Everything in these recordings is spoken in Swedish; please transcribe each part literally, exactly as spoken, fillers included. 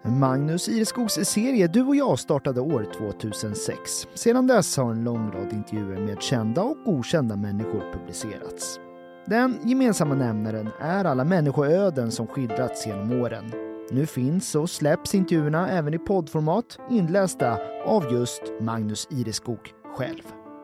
Magnus Ireskogs serie Du och jag startade år tvåtusensex. Sedan dess har en lång rad intervjuer med kända och okända människor publicerats. Den gemensamma nämnaren är alla människoöden som skildrats genom åren. Nu finns och släpps intervjuerna även i poddformat inlästa av just Magnus Ireskog själv.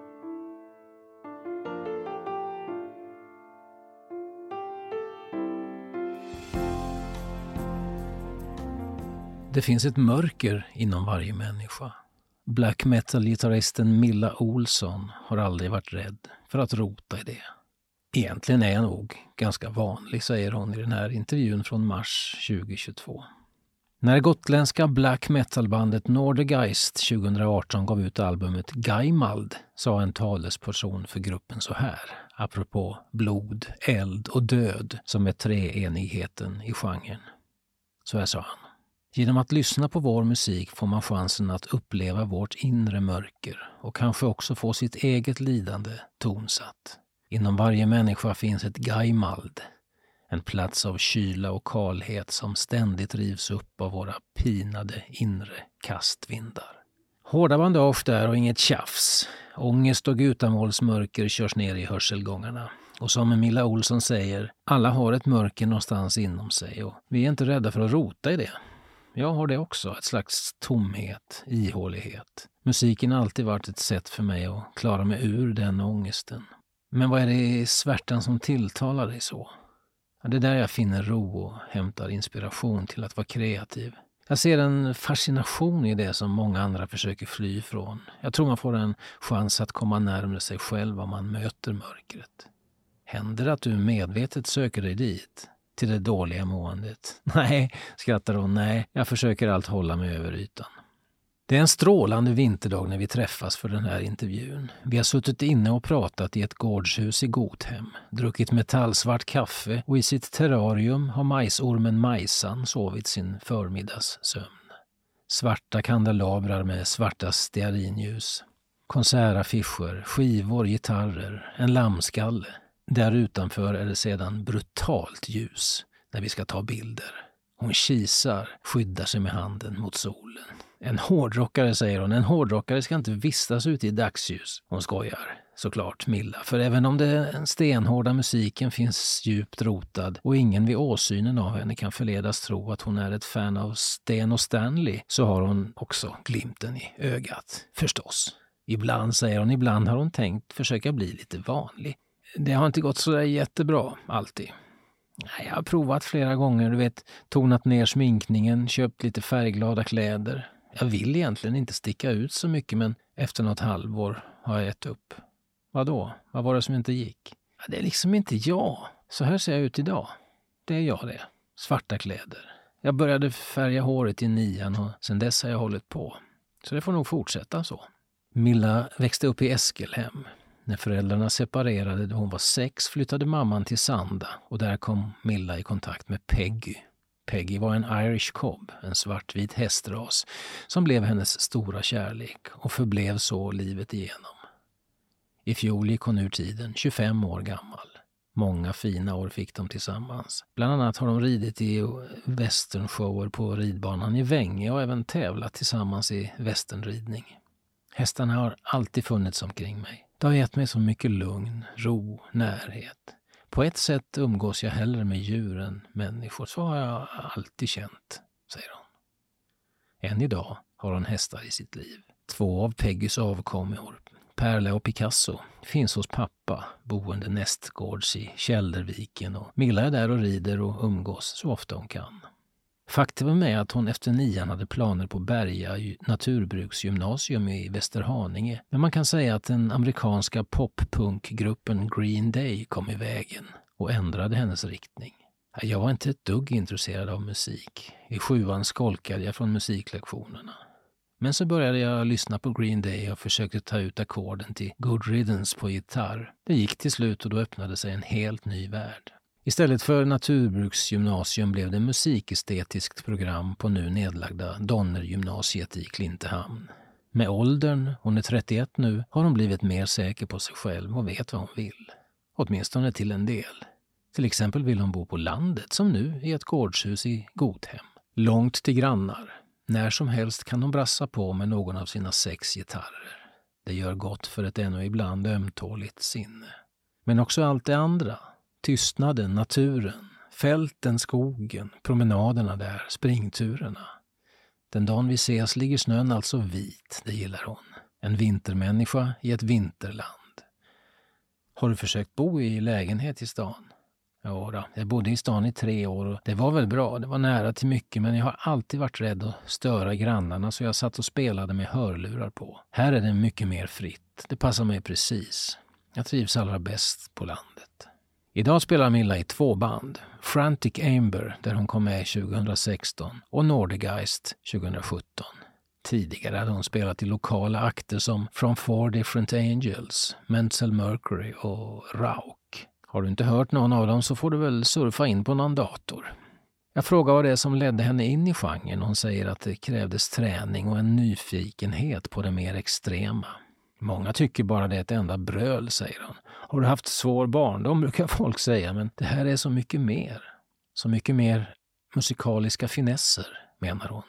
Det finns ett mörker inom varje människa. Black metal-gitarristen Milla Olsson har aldrig varit rädd för att rota i det. Egentligen är jag nog ganska vanlig, säger hon i den här intervjun från mars tjugohundratjugotvå. När gotländska black metal-bandet Nordergeist tjugohundraarton gav ut albumet Gaimald sa en talesperson för gruppen så här, apropå blod, eld och död som är treenigheten i genren. Så här sa han. Genom att lyssna på vår musik får man chansen att uppleva vårt inre mörker och kanske också få sitt eget lidande tonsatt. Inom varje människa finns ett gaimald, en plats av kyla och kalhet som ständigt rivs upp av våra pinade inre kastvindar. Hårda bandage där och inget tjafs. Ångest och gutamålsmörker körs ner i hörselgångarna. Och som Milla Olsson säger, alla har ett mörker någonstans inom sig och vi är inte rädda för att rota i det. Jag har det också, ett slags tomhet, ihålighet. Musiken har alltid varit ett sätt för mig att klara mig ur den ångesten. Men vad är det i svärtan som tilltalar dig så? Ja, det är där jag finner ro och hämtar inspiration till att vara kreativ. Jag ser en fascination i det som många andra försöker fly ifrån. Jag tror man får en chans att komma närmare sig själv om man möter mörkret. Händer det att du medvetet söker dig dit? Till det dåliga måendet? Nej, skrattar hon, nej. Jag försöker allt hålla mig över ytan. Det är en strålande vinterdag när vi träffas för den här intervjun. Vi har suttit inne och pratat i ett gårdshus i Godhem, druckit metallsvart kaffe och i sitt terrarium har majsormen Majsan sovit sin förmiddagssömn. Svarta kandelabrar med svarta stearinljus, konsertaffischer, skivor, gitarrer, en lammskalle. Där utanför är det sedan brutalt ljus när vi ska ta bilder. Hon kisar, skyddar sig med handen mot solen. En hårdrockare, säger hon, en hårdrockare ska inte vistas ute i dagsljus. Hon skojar, såklart Milla. För även om den stenhårda musiken finns djupt rotad och ingen vid åsynen av henne kan förledas tro att hon är ett fan av Sten och Stanley, så har hon också glimten i ögat, förstås. Ibland, säger hon, ibland har hon tänkt försöka bli lite vanlig. Det har inte gått så där jättebra, alltid. Jag har provat flera gånger, du vet, tonat ner sminkningen, köpt lite färgglada kläder. Jag vill egentligen inte sticka ut så mycket, men efter något halvår har jag gett upp. Vadå? Vad var det som inte gick? Ja, det är liksom inte jag. Så här ser jag ut idag. Det är jag det. Svarta kläder. Jag började färga håret i nian och sen dess har jag hållit på. Så det får nog fortsätta så. Milla växte upp i Eskelhem. När föräldrarna separerade då hon var sex flyttade mamman till Sanda och där kom Milla i kontakt med Peggy. Peggy var en Irish cob, en svartvit hästras, som blev hennes stora kärlek och förblev så livet igenom. I fjol gick hon ur tiden, tjugofem år gammal. Många fina år fick de tillsammans. Bland annat har de ridit i westernshower på ridbanan i Vänge och även tävlat tillsammans i westernridning. Hästarna har alltid funnits omkring mig. Det har gett mig så mycket lugn, ro, närhet. På ett sätt umgås jag hellre med djur än människor. Så har jag alltid känt, säger hon. Än idag har hon hästar i sitt liv. Två av Peggys avkommor, Perla och Picasso, finns hos pappa, boende nästgårds i Kälderviken. Och Milla är där och rider och umgås så ofta hon kan. Faktum är att hon efter nian hade planer på Berga naturbruksgymnasium i Västerhaninge. Men man kan säga att den amerikanska poppunkgruppen Green Day kom i vägen och ändrade hennes riktning. Jag var inte ett dugg intresserad av musik. I sjuan skolkade jag från musiklektionerna. Men så började jag lyssna på Green Day och försökte ta ut ackorden till Good Riddance på gitarr. Det gick till slut och då öppnade sig en helt ny värld. Istället för naturbruksgymnasium blev det musikestetiskt program på nu nedlagda Donnergymnasiet i Klintehamn. Med åldern, hon är trettioett nu, har hon blivit mer säker på sig själv och vet vad hon vill. Åtminstone till en del. Till exempel vill hon bo på landet som nu i ett gårdshus i Godhem. Långt till grannar. När som helst kan de brassa på med någon av sina sex gitarrer. Det gör gott för ett ännu ibland ömtåligt sinne. Men också allt det andra. Tystnaden, naturen, fälten, skogen, promenaderna där, springturerna. Den dagen vi ses ligger snön alltså vit, det gillar hon. En vintermänniska i ett vinterland. Har du försökt bo i lägenhet i stan? Ja då, jag bodde i stan i tre år och det var väl bra, det var nära till mycket, men jag har alltid varit rädd att störa grannarna så jag satt och spelade med hörlurar på. Här är det mycket mer fritt, det passar mig precis. Jag trivs allra bäst på landet. Idag spelar Milla i två band, Frantic Amber där hon kom med tjugohundrasexton och Nordegeist tjugohundrasjutton. Tidigare hade hon spelat i lokala akter som From Four Different Angels, Mental Mercury och Rauk. Har du inte hört någon av dem så får du väl surfa in på någon dator. Jag frågar vad det är som ledde henne in i genren. Hon säger att det krävdes träning och en nyfikenhet på det mer extrema. Många tycker bara det är ett enda bröl, säger hon. Har du haft svår barndom, brukar folk säga, men det här är så mycket mer. Så mycket mer musikaliska finesser, menar hon.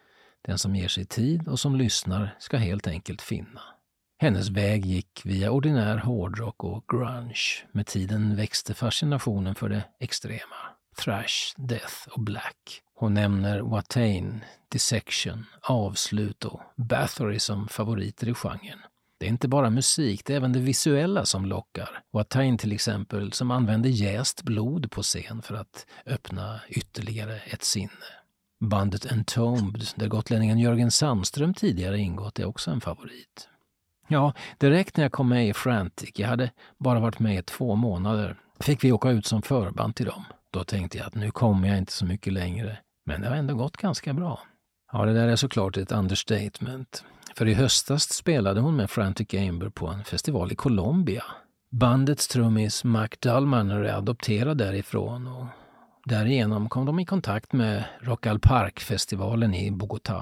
Den som ger sig tid och som lyssnar ska helt enkelt finna. Hennes väg gick via ordinär hårdrock och grunge. Med tiden växte fascinationen för det extrema. Thrash, death och black. Hon nämner Watain, Dissection, Avslut och Bathory som favoriter i genren. Det är inte bara musik, det är även det visuella som lockar. Watain till exempel som använder jäst blod på scen för att öppna ytterligare ett sinne. Bandet Entombed, där gotlänningen Jörgen Sandström tidigare ingått, är också en favorit. Ja, direkt när jag kom med i Frantic, jag hade bara varit med i två månader, fick vi åka ut som förband till dem. Då tänkte jag att nu kommer jag inte så mycket längre, men det har ändå gått ganska bra. Ja, det där är såklart ett understatement. För i höstas spelade hon med Frantic Amber på en festival i Colombia. Bandets trummis Mac Dallmanner är adopterad därifrån och därigenom kom de i kontakt med Rock al Park-festivalen i Bogotá.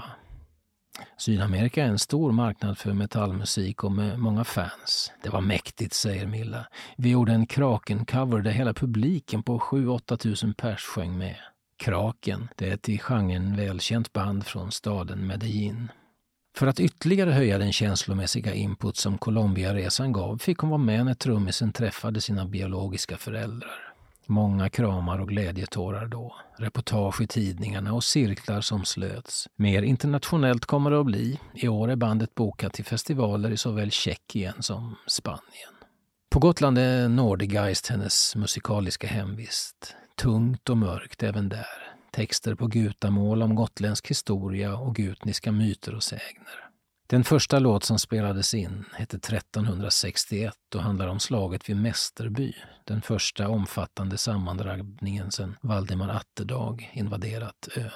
Sydamerika är en stor marknad för metallmusik och med många fans. Det var mäktigt, säger Milla. Vi gjorde en Kraken-cover där hela publiken på sju till åtta tusen pers sjöng med. Kraken, det är ett i genren välkänt band från staden Medellin. För att ytterligare höja den känslomässiga input som Colombia-resan gav fick hon vara med när trummisen träffade sina biologiska föräldrar. Många kramar och glädjetårar då, reportage i tidningarna och cirklar som slöts. Mer internationellt kommer det att bli. I år är bandet bokat till festivaler i såväl Tjeckien som Spanien. På Gotland är Nordegeist hennes musikaliska hemvist. Tungt och mörkt även där. Texter på gutamål om gotländsk historia och gutniska myter och sägner. Den första låt som spelades in hette tretton sextioett och handlar om slaget vid Mästerby. Den första omfattande sammandrabbningen sedan Valdemar Atterdag invaderat ön.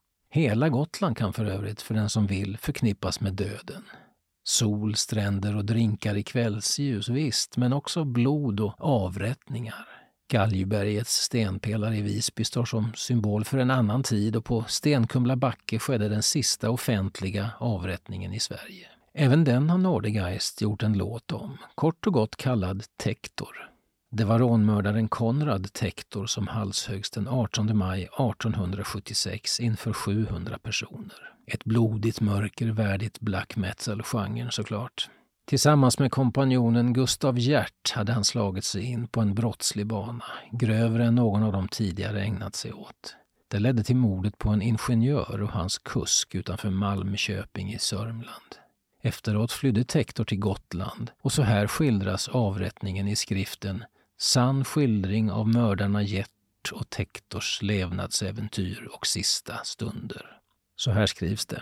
Hela Gotland kan för övrigt för den som vill förknippas med döden. Sol, stränder och drinkar i kvällsljus, visst, men också blod och avrättningar. Galjubergets stenpelare i Visby står som symbol för en annan tid och på Stenkumla backe skedde den sista offentliga avrättningen i Sverige. Även den har Nordegeist gjort en låt om, kort och gott kallad Tektor. Det var rånmördaren Konrad Tektor som halshöggs den artonde maj artonhundrasjuttiosex inför sjuhundra personer. Ett blodigt mörker värdigt black metal-genren såklart. Tillsammans med kompanjonen Gustav Hjärt hade han slagit sig in på en brottslig bana, grövre än någon av dem tidigare ägnat sig åt. Det ledde till mordet på en ingenjör och hans kusk utanför Malmköping i Sörmland. Efteråt flydde Tektor till Gotland och så här skildras avrättningen i skriften Sann skildring av mördarna Hjärt och Tektors levnadsäventyr och sista stunder. Så här skrivs det.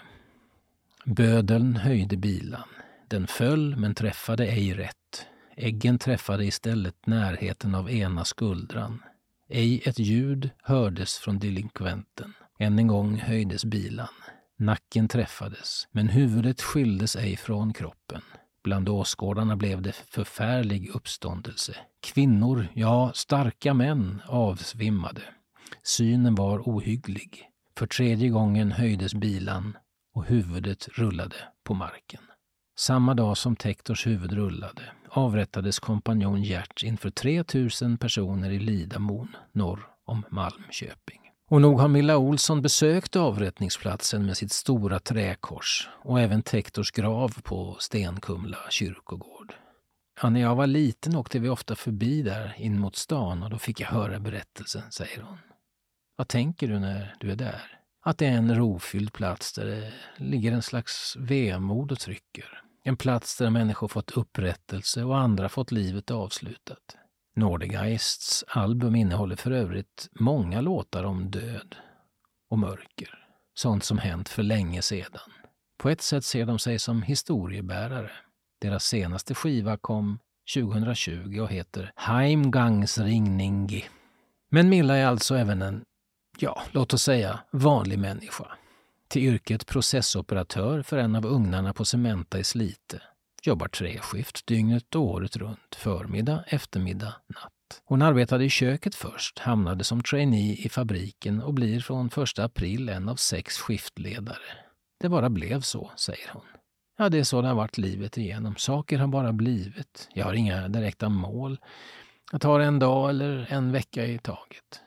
Bödeln höjde bilan. Den föll men träffade ej rätt. Äggen träffade istället närheten av ena skuldran. Ej ett ljud hördes från delinkventen. Än en gång höjdes bilan. Nacken träffades, men huvudet skildes ej från kroppen. Bland åskådarna blev det förfärlig uppståndelse. Kvinnor, ja starka män, avsvimmade. Synen var ohygglig. För tredje gången höjdes bilan och huvudet rullade på marken. Samma dag som Tektors huvud rullade avrättades kompanjon Hjärt inför tre tusen personer i Lidamon norr om Malmköping. Och nog har Milla Olsson besökt avrättningsplatsen med sitt stora träkors och även Tektors grav på Stenkumla kyrkogård. Ja, när jag var liten åkte vi ofta förbi där in mot stan och då fick jag höra berättelsen, säger hon. Vad tänker du när du är där? Att det är en rofylld plats där det ligger en slags vemod och trycker. En plats där människor fått upprättelse och andra fått livet avslutat. Nordegeists album innehåller för övrigt många låtar om död och mörker. Sånt som hänt för länge sedan. På ett sätt ser de sig som historiebärare. Deras senaste skiva kom tjugohundratjugo och heter Heimgangsringningi. Men Milla är alltså även en, ja, låt oss säga, vanlig människa. Till yrket processoperatör för en av ugnarna på Cementa i Slite. Jobbar treskift dygnet och året runt, förmiddag, eftermiddag, natt. Hon arbetade i köket först, hamnade som trainee i fabriken och blir från första april en av sex skiftledare. Det bara blev så, säger hon. Ja, det är så det har varit livet igenom. Saker har bara blivit. Jag har inga direkta mål. Jag tar en dag eller en vecka i taget.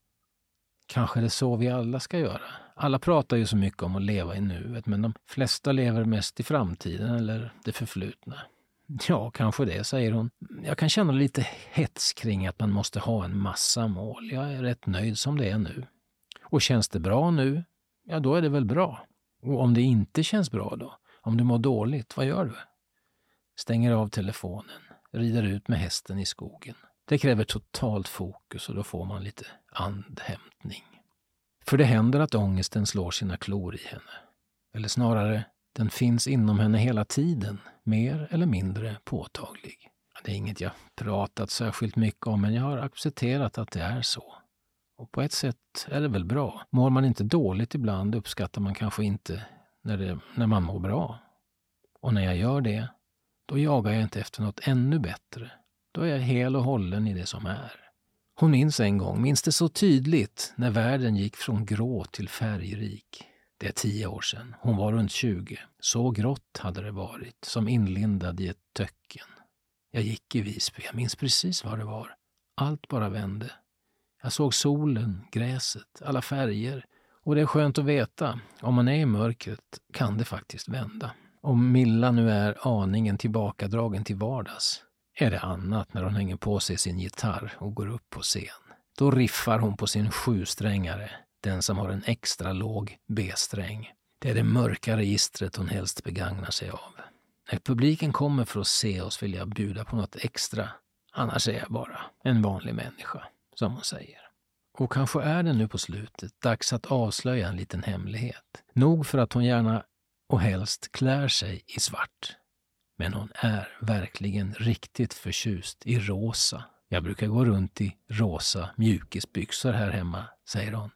Kanske det är så vi alla ska göra. Alla pratar ju så mycket om att leva i nuet, men de flesta lever mest i framtiden eller det förflutna. Ja, kanske det, säger hon. Jag kan känna lite hets kring att man måste ha en massa mål. Jag är rätt nöjd som det är nu. Och känns det bra nu, ja då är det väl bra. Och om det inte känns bra då? Om du mår dåligt, vad gör du? Stänger av telefonen, rider ut med hästen i skogen. Det kräver totalt fokus och då får man lite andhämtning. För det händer att ångesten slår sina klor i henne. Eller snarare, den finns inom henne hela tiden, mer eller mindre påtaglig. Det är inget jag pratat särskilt mycket om, men jag har accepterat att det är så. Och på ett sätt är det väl bra. Mår man inte dåligt ibland uppskattar man kanske inte när, det, när man mår bra. Och när jag gör det, då jagar jag inte efter något ännu bättre. Då är jag hel och hållen i det som är. Hon minns en gång, minns det så tydligt, när världen gick från grå till färgrik. Det är tio år sedan. Hon var runt tjugo. Så grått hade det varit, som inlindad i ett töcken. Jag gick i Visby, jag minns precis vad det var. Allt bara vände. Jag såg solen, gräset, alla färger. Och det är skönt att veta, om man är i mörkret kan det faktiskt vända. Om Milla nu är aningen tillbakadragen till vardags, är det annat när hon hänger på sig sin gitarr och går upp på scen. Då riffar hon på sin sjusträngare, den som har en extra låg B-sträng. Det är det mörka registret hon helst begagnar sig av. När publiken kommer för att se oss vill jag bjuda på något extra. Annars är jag bara en vanlig människa, som hon säger. Och kanske är det nu på slutet dags att avslöja en liten hemlighet. Nog för att hon gärna och helst klär sig i svart. Men hon är verkligen riktigt förtjust i rosa. Jag brukar gå runt i rosa mjukisbyxor här hemma, säger hon.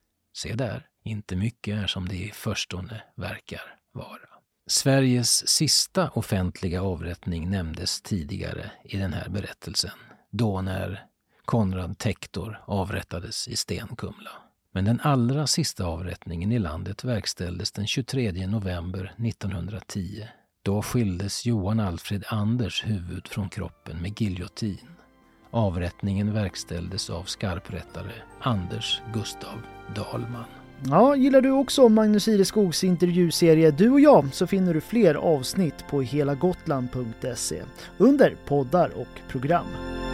Se där, inte mycket är som det i förstone verkar vara. Sveriges sista offentliga avrättning nämndes tidigare i den här berättelsen. Då när Konrad Tektor avrättades i Stenkumla. Men den allra sista avrättningen i landet verkställdes den tjugotredje november nittonhundratio. Då skildes Johan Alfred Anders huvud från kroppen med giljotin. Avrättningen verkställdes av skarprättare Anders Gustav Dahlman. Ja, gillar du också Magnus Ireskogs intervjuserie Du och jag så finner du fler avsnitt på helagotland punkt se under poddar och program.